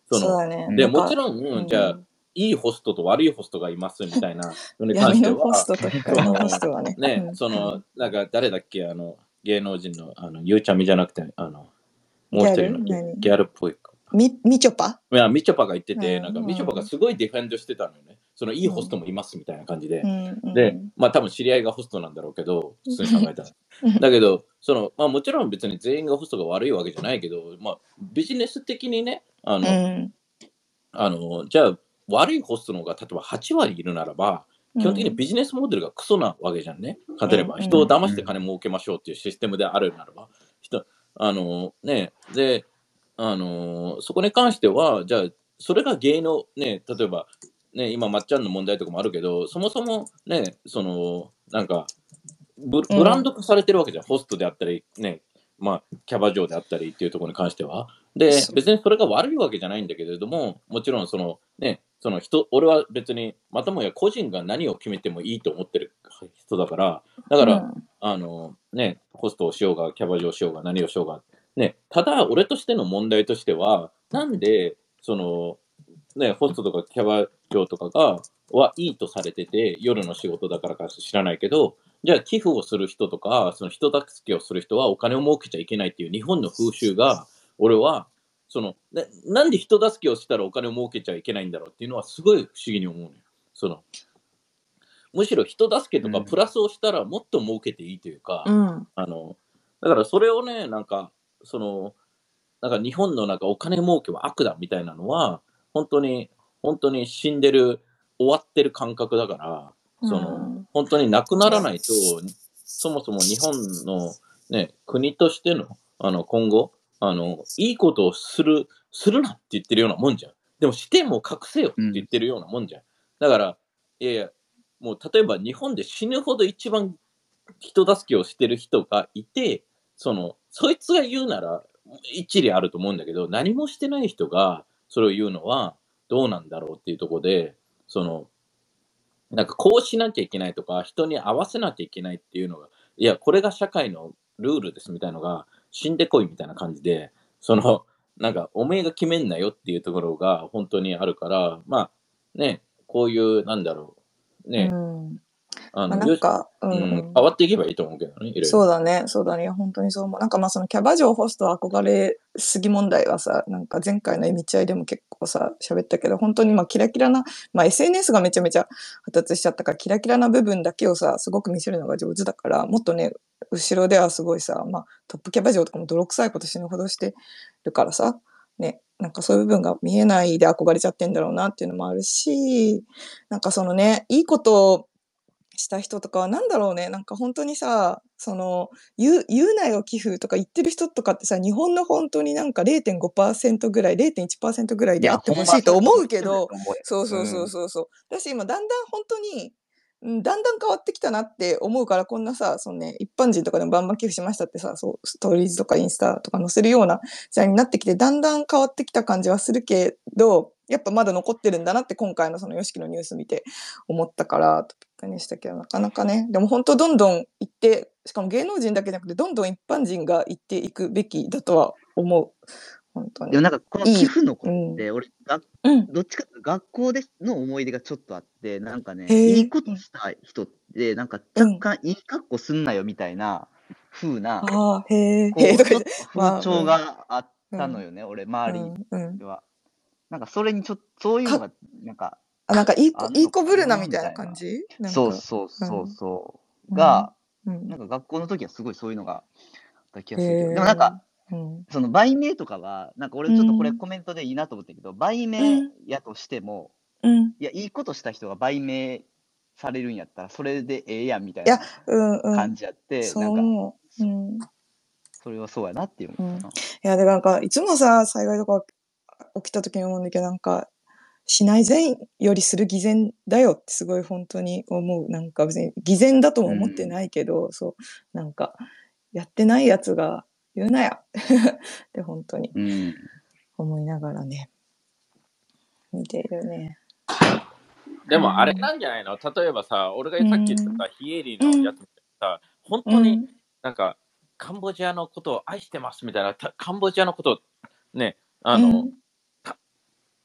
その
そうだね。
で、
なんか、
もちろん、
う
じゃあ、
ん。
いいホストと悪いホストがいますみたいなのに関
闇
して
のホス
は、
トと
そ
光のホス
の、
トはね。う
ね、
ん。
そうの、なんか誰だっけ、あの、芸能人の、あの、ゆうちゃみじゃなくて、あの、もう
ギャル
一人のギャ
何
ギャルっぽい子。
み、みちょぱ
いや、みちょぱが言って
う
て、なんかみちょぱが
ん。
すごいディフェンドしてたのよね。そのいいうホスト
ん。
もいますみたいな感じで。
うん。う
で、
ん。
まあ多分知り合いがホストなんだろうけど、普通に考えたら。
うん
だけど、その、まあもちろん別に全員がホストが悪いわけじゃないけど、まあビジネス的にね、あ
う
の、
ん。
あの、じゃあ悪いホストの方が例えばはち割いるならば、
う
基本的に
ん。
ビジネスモデルがクソなわけじゃんね。
う
例えば
ん。
人を騙して
うん
金儲けましょうっていうシステムであるならば、人、あのね、で、あのそこに関しては、じゃあ、それが芸能、ね、例えば、ね、今、まっちゃんの問題とかもあるけど、そもそもね、その、なんか、ブブランド化されてるわけじゃん。ホストであったり、ね、まあ、キャバ嬢であったりっていうところに関しては。で、
そう。
別にそれが悪いわけじゃないんだけれども、もちろんその、ね、その人、俺は別に、またもや個人が何を決めてもいいと思ってる人だから、だから、
うん。
あの、ね、ホストをしようが、キャバ嬢をしようが、何をしようが、ね、ただ、俺としての問題としては、なんで、その、ね、ホストとかキャバ嬢とかが、はいいとされてて、夜の仕事だからか知らないけど、じゃあ寄付をする人とか、その人助けをする人はお金を儲けちゃいけないっていう日本の風習が、俺は、そのな、なんで人助けをしたらお金を儲けちゃいけないんだろうっていうのはすごい不思議に思うのよ。そのむしろ人助けとかプラスをしたらもっと儲けていいというか、
うん。
あの、だからそれをね、なんか、その、なんか日本のなんかお金儲けは悪だみたいなのは、本当に、本当に死んでる、終わってる感覚だから、その、
うん
本当になくならないと、そもそも日本のね、国としての、あの、今後、あの、いいことをする、するなって言ってるようなもんじゃん。でもしても隠せよって言ってるようなもんじゃん。だから、いやいや、もう例えば日本で死ぬほど一番人助けをしてる人がいて、その、そいつが言うなら一理あると思うんだけど、何もしてない人がそれを言うのはどうなんだろうっていうところで、その、なんかこうしなきゃいけないとか、人に合わせなきゃいけないっていうのが、いや、これが社会のルールですみたいなのが、死んでこいみたいな感じで、その、なんか、おめえが決めんなよっていうところが本当にあるから、まあ、ね、こういう、なんだろう、ね、
うん。
あの、
まあ、なん
よし、
か、う
うんん、
うん。
変わっていけばいいと思うけどね、いろいろ。
そうだね、そうだね。本当にそう思う。なんかまあそのキャバ嬢ホスト憧れすぎ問題はさ、なんか前回のエミチャイでも結構さ、喋ったけど、本当にまあキラキラな、まあ エスエヌエス がめちゃめちゃ発達しちゃったから、キラキラな部分だけをさ、すごく見せるのが上手だから、もっとね、後ろではすごいさ、まあトップキャバ嬢とかも泥臭いこと死ぬほどしてるからさ、ね、なんかそういう部分が見えないで憧れちゃってんだろうなっていうのもあるし、なんかそのね、いいことをした人とかはなんだろうね、なんか本当にさ、その、言う言うなよ寄付とか言ってる人とかってさ、日本の本当になんか れいてんごパーセント ぐらい、れいてんいちパーセント ぐらい
いや、
であって
ほんま
ほしいと思うけ
そうだ
ど、
と思うよ。
そうそうそうそうそう。だし今だんだん本当に、うん、だんだん変わってきたなって思うから、こんなさ、そのね、一般人とかでもバンバン寄付しましたってさ、そう、ストーリーズとかインスタとか載せるような時代になってきて、だんだん変わってきた感じはするけど、やっぱまだ残ってるんだなって今回のその ヨシキのニュース見て思ったから、トピックにしたけど、なかなかね、でも本当どんどん行って、しかも芸能人だけじゃなくて、どんどん一般人が行っていくべきだとは思う。本当に。
でもなんかこの
いい
寄付のこと
うん。
って、俺、が
うん。
どっちかっていうと学校での思い出がちょっとあって、なんかね、
へえ。
いいことした人って、なんか若干いい格好すんなよみたいな風な、
ああ、へえ、へ
こ
え
う、
とか言って、
ちょっと風
まあ、
潮
うん。
があった
うん。
のよね、俺、
う
周り
ん。うん。
では。なんかそれにちょっと、そういうの
か
が、なんか、
あ、なんかいい子
あん
いい子ぶるな
のかな
みたいな
みたいな。
感じ？なん
そう
か。
そう
う
そうんそう。
うん。
が、
うん。
なんか学校の時はすごいそういうのがあった気が
へ
するけど、でもなん
え。
か、
うん。
その売名とかは、なんか
う
俺ちょっとこれ
ん。
コメントでいいなと思ったけど、売
う
名
ん。
やとしても、
うん。
いや、いいことした人が売名されるんやったら、それでええやんみたい
いや、
な
うんう
感
ん。
じやって、
そう
なんか、
思う。う
そ
ん。
それはそうやなって思
うん。い
ったな。
や、だからなんかいつもさ、災害とか起きた時に思うんだけど、なんか、しない善よりする偽善だよってすごい本当に思う。なんか別に偽善だとも思ってないけど、そう、なんか、やってないやつが言うなやって本当に
うん。
思いながらね、見ているね。
でもあれなんじゃないの？例えばさ、俺がさっき言ったさ、ヒエリのやつみたいなさ、本当になんか、カンボジアのことを愛してますみたいな、たカンボジアのことをね、あの、
うん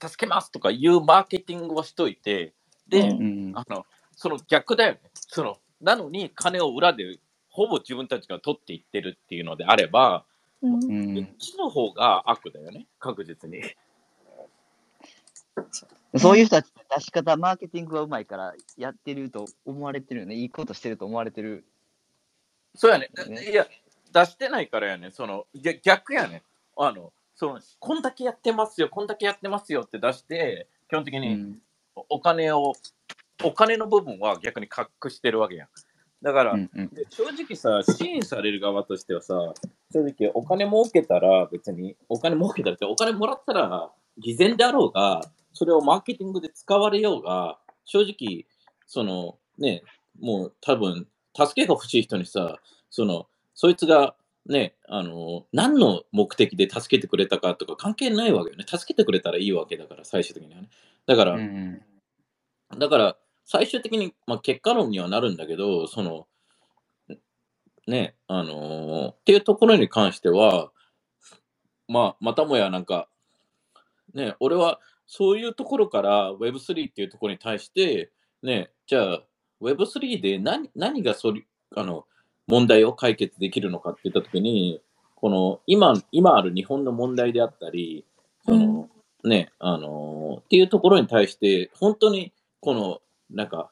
助けますとかいうマーケティングをしといて、で、うん、あのその逆だよね。そのなのに金を裏でほぼ自分たちが取っていってるっていうのであれば、うん、こっちの方が悪だよね、確実に。
そういう人たち出し方、マーケティングがうまいからやってると思われてるよね。いいことしてると思われてる。
そうやね。いや、出してないからやね。その逆やね。あのそのこんだけやってますよ、こんだけやってますよって出して、基本的にお金を、うん、お金の部分は逆に隠してるわけやん。だから、うんうん、正直さ、支援される側としてはさ、正直お金儲けたら別に、お金儲けたらってお金もらったら偽善であろうが、それをマーケティングで使われようが、正直、そのね、もう多分、助けが欲しい人にさ、その、そいつがね、あの、何の目的で助けてくれたかとか関係ないわけよね。助けてくれたらいいわけだから、最終的にはね。だから、うん、だから、最終的に、まあ、結果論にはなるんだけど、その、ね、あのー、っていうところに関しては、まあ、またもやなんか、ね、俺はそういうところから ウェブスリー っていうところに対して、ね、じゃあ ウェブスリー で何何がそりあの問題を解決できるのかって言ったときに、この今今ある日本の問題であったり、その、うん、ね、あのー、っていうところに対して、本当にこのなんか、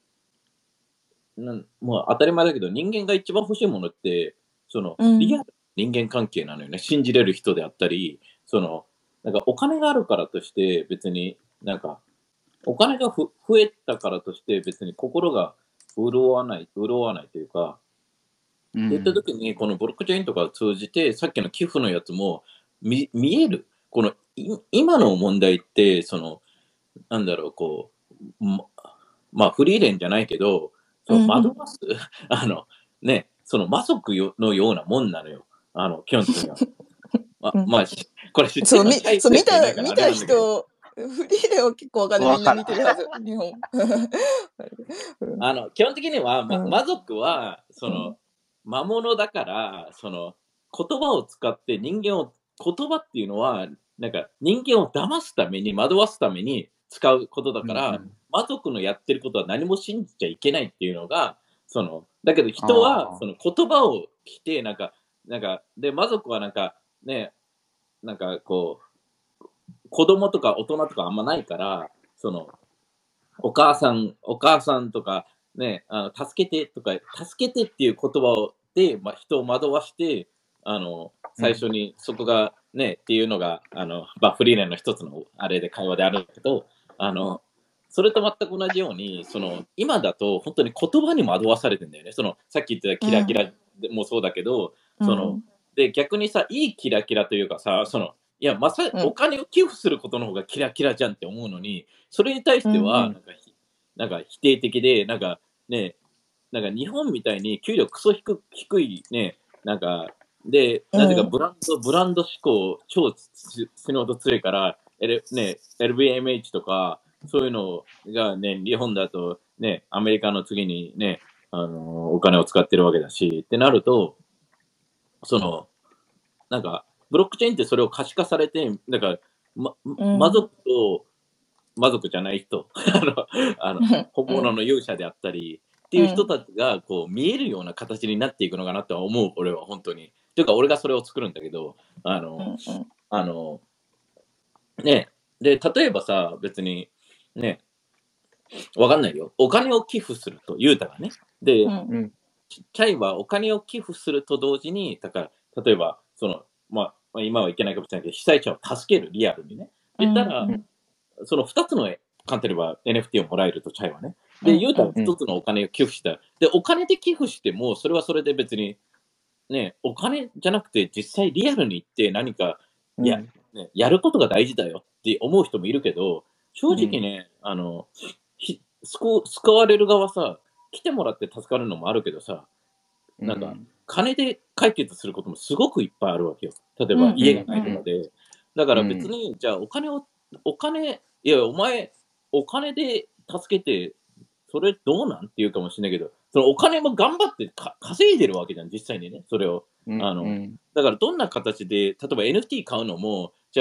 なんもう当たり前だけど、人間が一番欲しいものって、その、うん、リアル人間関係なのよね。信じれる人であったり、その、なんかお金があるからとして別になんか、お金がふ増えたからとして別に心が潤わない、潤わないというか、うん、っていった時に、このブロックチェーンとかを通じて、さっきの寄付のやつも見見える。この今の問題って、その、なんだろう、こう、ま、まあフリーレンじゃないけど、その惑わす、うん、あの、ね、その魔族のようなもんなのよ。あの、基本的には。ま、うん、まあ、これ知ってるの
そう、そう見た、見た人、フリーレンは結構わかる。みんな見てるはず、日本。
あの、基本的には、ま、魔族は、その、うん、魔物だから、その、言葉を使って人間を、言葉っていうのは、なんか人間を騙すために、惑わすために使うことだから、うんうん、魔族のやってることは何も信じちゃいけないっていうのが、その、だけど人は、その言葉を着て、なんか、なんか、で、魔族はなんか、ね、なんかこう、子供とか大人とかあんまないから、その、お母さん、お母さんとか、ね、あの助けてとか、助けてっていう言葉をで、まあ、人を惑わして、あの、最初にそこがね、うん、っていうのが、あの、まあ、フリーレンの一つのあれで会話であるんだけど、あの、それと全く同じように、その、今だと本当に言葉に惑わされてんだよね。その、さっき言ってたキラキラもそうだけど、うん、その、で、逆にさ、いいキラキラというかさ、その、いや、まさ、お金を寄付することの方がキラキラじゃんって思うのに、それに対しては、なんか、うんうん、なんか否定的で、なんかね、なんか日本みたいに給料クソ低低いね、なんか、で、なぜかブランド、うん、ブランド志向超死ぬほど強いから、L、ね、エルビーエムエイチ とか、そういうのがね、日本だとね、アメリカの次にね、あのー、お金を使ってるわけだし、ってなると、その、なんか、ブロックチェーンってそれを可視化されて、だから、ま、魔族と、魔族じゃない人、あの、あの本物の勇者であったり、っていう人たちがこう見えるような形になっていくのかなとは思う、俺は本当に。というか、俺がそれを作るんだけど、あの、あの、ね、で、例えばさ、別に、ね、わかんないよ。お金を寄付すると、言うたらね。で、うん、チャイはお金を寄付すると同時に、だから、例えば、その、まあ、今はいけないかもしれないけど、被災者を助ける、リアルにね。言ったら、うん、そのふたつの簡単には エヌエフティー をもらえると、チャイはね。で、言うたらひとつのお金を寄付した。で、お金で寄付しても、それはそれで別に、ね、お金じゃなくて、実際リアルに行って何か、いや、ね、やることが大事だよって思う人もいるけど、正直ね、うん、あの、ひ救救われる側さ、来てもらって助かるのもあるけどさ、なんか、金で解決することもすごくいっぱいあるわけよ。例えば、家がないとかで。だから別に、じゃあお金を、お金、いや、お前、お金で助けて、それどうなんって言うかもしれないけど、そのお金も頑張ってか稼いでるわけじゃん、実際にね、それを。あの、だからどんな形で、例えば エヌエフティー 買うのも、じゃあ、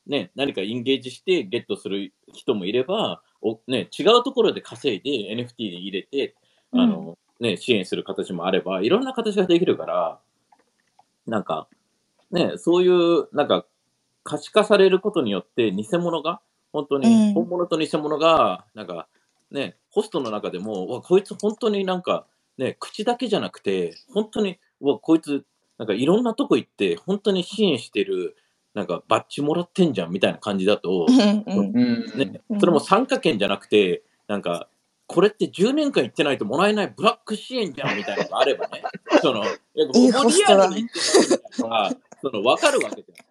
ね、何かエンゲージしてゲットする人もいれば、おね、違うところで稼いで エヌエフティー で入れて、あの、うん、ね、支援する形もあれば、いろんな形ができるから、なんか、ね、そういう、なんか、可視化されることによって、偽物が、本当に、本物と偽物が、なんか、ね、ホストの中でも、わ、こいつ本当になんか、ね、口だけじゃなくて、本当に、わ、こいつ、なんかいろんなとこ行って、本当に支援してる、なんかバッジもらってんじゃんみたいな感じだと、ね、それも参加券じゃなくて、なんか、これってじゅうねんかん行ってないともらえないブラック支援じゃんみたいなのがあればね、その、いや、
いいホストだ。
リアルに行ってないみたいなのが、その分かるわけじゃん。